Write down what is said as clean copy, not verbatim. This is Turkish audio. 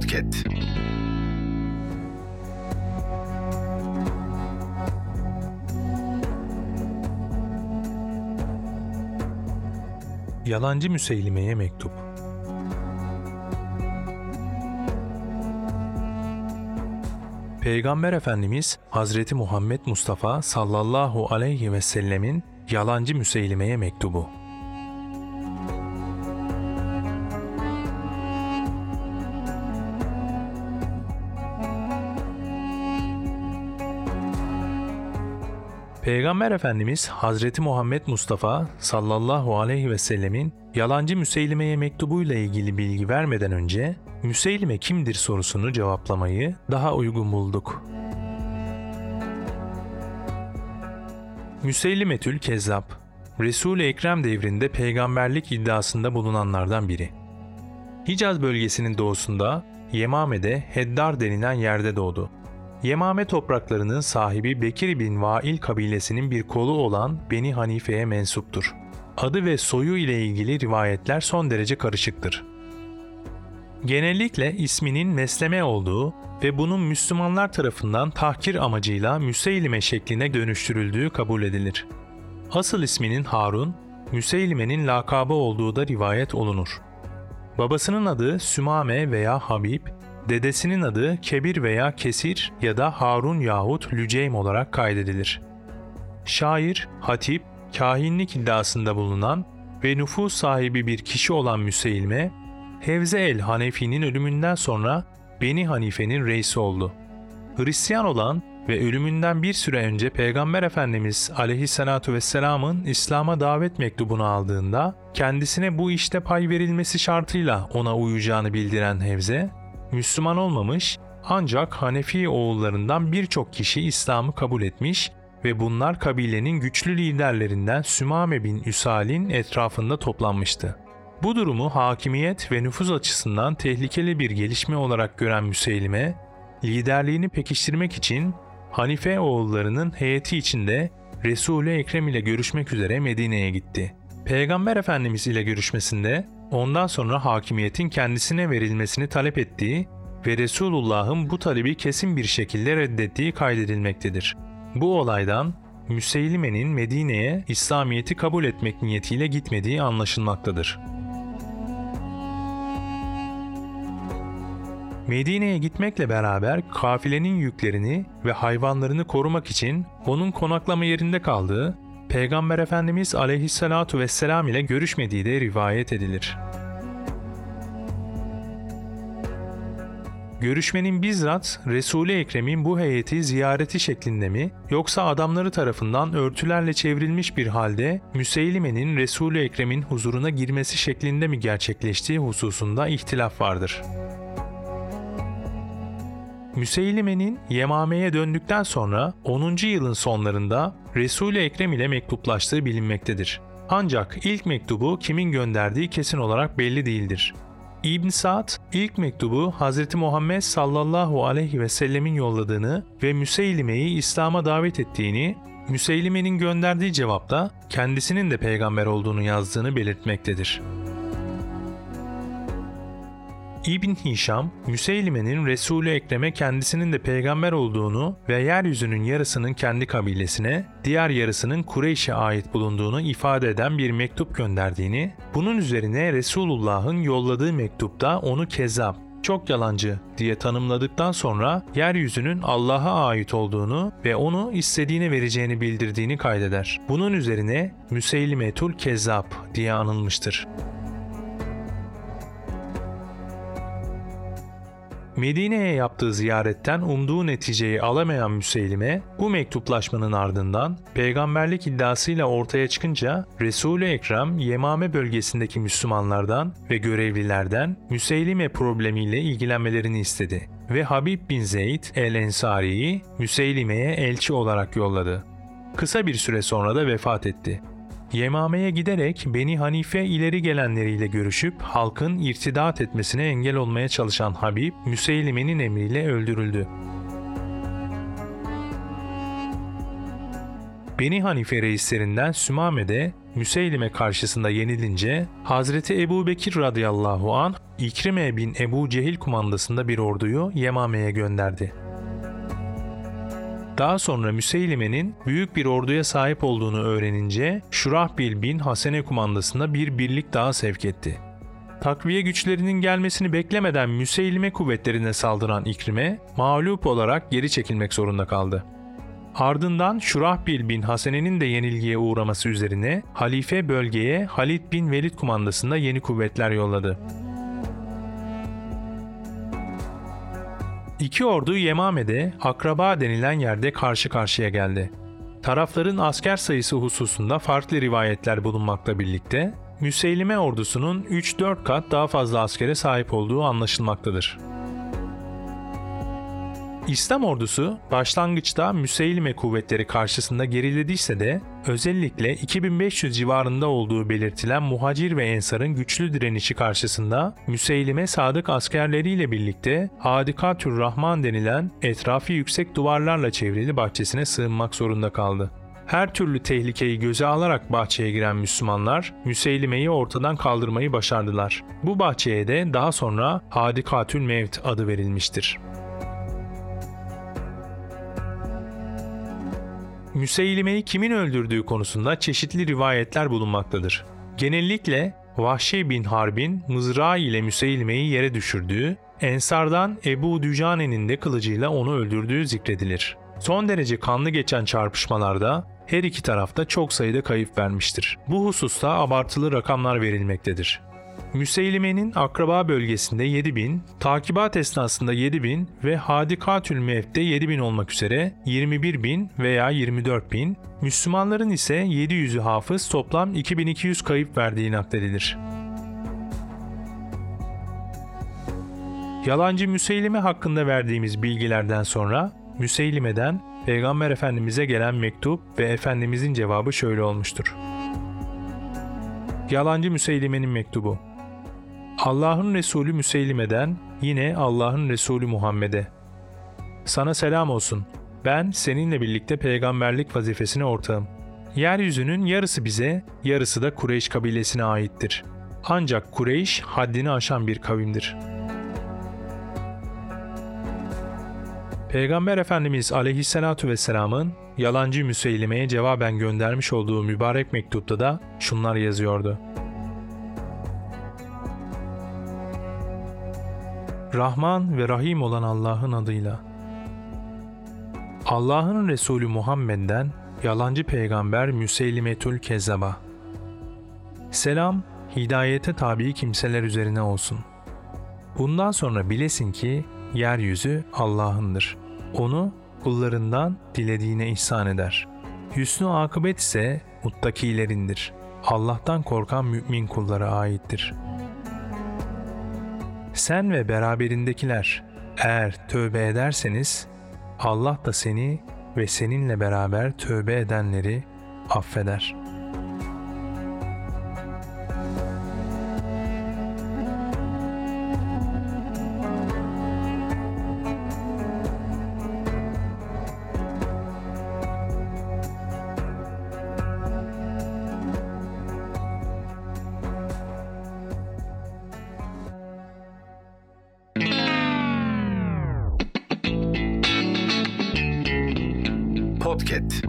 Podcast. Yalancı Müseylime'ye mektup. Peygamber Efendimiz Hazreti Muhammed Mustafa sallallahu aleyhi ve sellemin yalancı Müseylime'ye mektubu. Peygamber Efendimiz Hazreti Muhammed Mustafa sallallahu aleyhi ve sellemin yalancı Müseylime'ye mektubuyla ilgili bilgi vermeden önce Müseylime kimdir sorusunu cevaplamayı daha uygun bulduk. Müseylimetül Kezzab, Resul-i Ekrem devrinde peygamberlik iddiasında bulunanlardan biri. Hicaz bölgesinin doğusunda Yemame'de Heddar denilen yerde doğdu. Yemame topraklarının sahibi Bekir bin Vail kabilesinin bir kolu olan Beni Hanife'ye mensuptur. Adı ve soyu ile ilgili rivayetler son derece karışıktır. Genellikle isminin Mesleme olduğu ve bunun Müslümanlar tarafından tahkir amacıyla Müseylime şekline dönüştürüldüğü kabul edilir. Asıl isminin Harun, Müseylime'nin lakabı olduğu da rivayet olunur. Babasının adı Sümame veya Habib, dedesinin adı Kebir veya Kesir ya da Harun yahut Lüceym olarak kaydedilir. Şair, hatip, kahinlik iddiasında bulunan ve nüfuz sahibi bir kişi olan Müseylime, Hevze el-Hanefi'nin ölümünden sonra Beni Hanife'nin reisi oldu. Hristiyan olan ve ölümünden bir süre önce Peygamber Efendimiz aleyhissalatu vesselamın İslam'a davet mektubunu aldığında kendisine bu işte pay verilmesi şartıyla ona uyacağını bildiren Hevze, Müslüman olmamış ancak Hanefi oğullarından birçok kişi İslam'ı kabul etmiş ve bunlar kabilenin güçlü liderlerinden Sümame bin Üsal'in etrafında toplanmıştı. Bu durumu hakimiyet ve nüfuz açısından tehlikeli bir gelişme olarak gören Müseylime, liderliğini pekiştirmek için Hanife oğullarının heyeti içinde Resul-i Ekrem ile görüşmek üzere Medine'ye gitti. Peygamber Efendimiz ile görüşmesinde ondan sonra hakimiyetin kendisine verilmesini talep ettiği ve Resulullah'ın bu talebi kesin bir şekilde reddettiği kaydedilmektedir. Bu olaydan Müseylime'nin Medine'ye İslamiyet'i kabul etmek niyetiyle gitmediği anlaşılmaktadır. Medine'ye gitmekle beraber kafilenin yüklerini ve hayvanlarını korumak için onun konaklama yerinde kaldığı, Peygamber Efendimiz aleyhissalatu vesselam ile görüşmediği de rivayet edilir. Görüşmenin bizzat Resul-i Ekrem'in bu heyeti ziyareti şeklinde mi yoksa adamları tarafından örtülerle çevrilmiş bir halde Müseylime'nin Resul-i Ekrem'in huzuruna girmesi şeklinde mi gerçekleştiği hususunda ihtilaf vardır. Müseylime'nin Yemame'ye döndükten sonra 10. yılın sonlarında Resul-i Ekrem ile mektuplaştığı bilinmektedir. Ancak ilk mektubu kimin gönderdiği kesin olarak belli değildir. İbn Sa'd ilk mektubu Hz. Muhammed sallallahu aleyhi ve sellemin yolladığını ve Müseylime'yi İslam'a davet ettiğini, Müseylime'nin gönderdiği cevapta kendisinin de peygamber olduğunu yazdığını belirtmektedir. İbn Hişam, Müseylime'nin Resul-i Ekrem'e kendisinin de peygamber olduğunu ve yeryüzünün yarısının kendi kabilesine, diğer yarısının Kureyş'e ait bulunduğunu ifade eden bir mektup gönderdiğini, bunun üzerine Resulullah'ın yolladığı mektupta onu kezzab, çok yalancı diye tanımladıktan sonra yeryüzünün Allah'a ait olduğunu ve onu istediğine vereceğini bildirdiğini kaydeder. Bunun üzerine Müseylimetül Kezzab diye anılmıştır. Medine'ye yaptığı ziyaretten umduğu neticeyi alamayan Müseylime, bu mektuplaşmanın ardından peygamberlik iddiasıyla ortaya çıkınca Resul-i Ekrem Yemame bölgesindeki Müslümanlardan ve görevlilerden Müseylime problemiyle ilgilenmelerini istedi ve Habib bin Zeyd el-Ensari'yi Müseylime'ye elçi olarak yolladı. Kısa bir süre sonra da vefat etti. Yemame'ye giderek Beni Hanife ileri gelenleriyle görüşüp halkın irtidat etmesine engel olmaya çalışan Habib, Müseylime'nin emriyle öldürüldü. Beni Hanife reislerinden Sümame de Müseylime karşısında yenilince Hazreti Ebu Bekir radıyallahu anh İkrime bin Ebu Cehil kumandasında bir orduyu Yemame'ye gönderdi. Daha sonra Müseylime'nin büyük bir orduya sahip olduğunu öğrenince Şurahbil bin Hasene kumandasında bir birlik daha sevk etti. Takviye güçlerinin gelmesini beklemeden Müseylime kuvvetlerine saldıran İkrime, mağlup olarak geri çekilmek zorunda kaldı. Ardından Şurahbil bin Hasene'nin de yenilgiye uğraması üzerine halife bölgeye Halid bin Velid kumandasında yeni kuvvetler yolladı. İki ordu Yemame'de Akraba denilen yerde karşı karşıya geldi. Tarafların asker sayısı hususunda farklı rivayetler bulunmakla birlikte Müseylime ordusunun 3-4 kat daha fazla askere sahip olduğu anlaşılmaktadır. İslam ordusu başlangıçta Müseylime kuvvetleri karşısında gerilediyse de özellikle 2500 civarında olduğu belirtilen Muhacir ve Ensar'ın güçlü direnişi karşısında Müseylime sadık askerleriyle birlikte Hadikatür Rahman denilen etrafı yüksek duvarlarla çevrili bahçesine sığınmak zorunda kaldı. Her türlü tehlikeyi göze alarak bahçeye giren Müslümanlar Müseylime'yi ortadan kaldırmayı başardılar. Bu bahçeye de daha sonra Hadikatül Mevt adı verilmiştir. Müseylime'yi kimin öldürdüğü konusunda çeşitli rivayetler bulunmaktadır. Genellikle Vahşi bin Harb'in mızrağı ile Müseylime'yi yere düşürdüğü, Ensar'dan Ebu Dücane'nin de kılıcıyla onu öldürdüğü zikredilir. Son derece kanlı geçen çarpışmalarda her iki tarafta çok sayıda kayıp vermiştir. Bu hususta abartılı rakamlar verilmektedir. Müseylime'nin akraba bölgesinde 7.000, takibat esnasında 7.000 ve Hadikatül Mevt'te 7.000 olmak üzere 21.000 veya 24.000, Müslümanların ise 700'ü hafız toplam 2.200 kayıp verdiği nakledilir. Yalancı Müseylime hakkında verdiğimiz bilgilerden sonra Müseylime'den Peygamber Efendimiz'e gelen mektup ve Efendimiz'in cevabı şöyle olmuştur. Yalancı Müseylime'nin mektubu. Allah'ın Resulü Müseylime'den yine Allah'ın Resulü Muhammed'e. Sana selam olsun. Ben seninle birlikte peygamberlik vazifesine ortağım. Yeryüzünün yarısı bize, yarısı da Kureyş kabilesine aittir. Ancak Kureyş haddini aşan bir kavimdir. Peygamber Efendimiz Aleyhisselatu Vesselam'ın yalancı Müseylime'ye cevaben göndermiş olduğu mübarek mektupta da şunlar yazıyordu. Rahman ve Rahim olan Allah'ın adıyla. Allah'ın Resulü Muhammed'den yalancı peygamber Müseylimetül Kezzaba. Selam, hidayete tabi kimseler üzerine olsun. Bundan sonra bilesin ki yeryüzü Allah'ındır. Onu kullarından dilediğine ihsan eder. Hüsnü akıbet ise muttakilerindir. Allah'tan korkan mümin kullara aittir. Sen ve beraberindekiler eğer tövbe ederseniz Allah da seni ve seninle beraber tövbe edenleri affeder. Podcast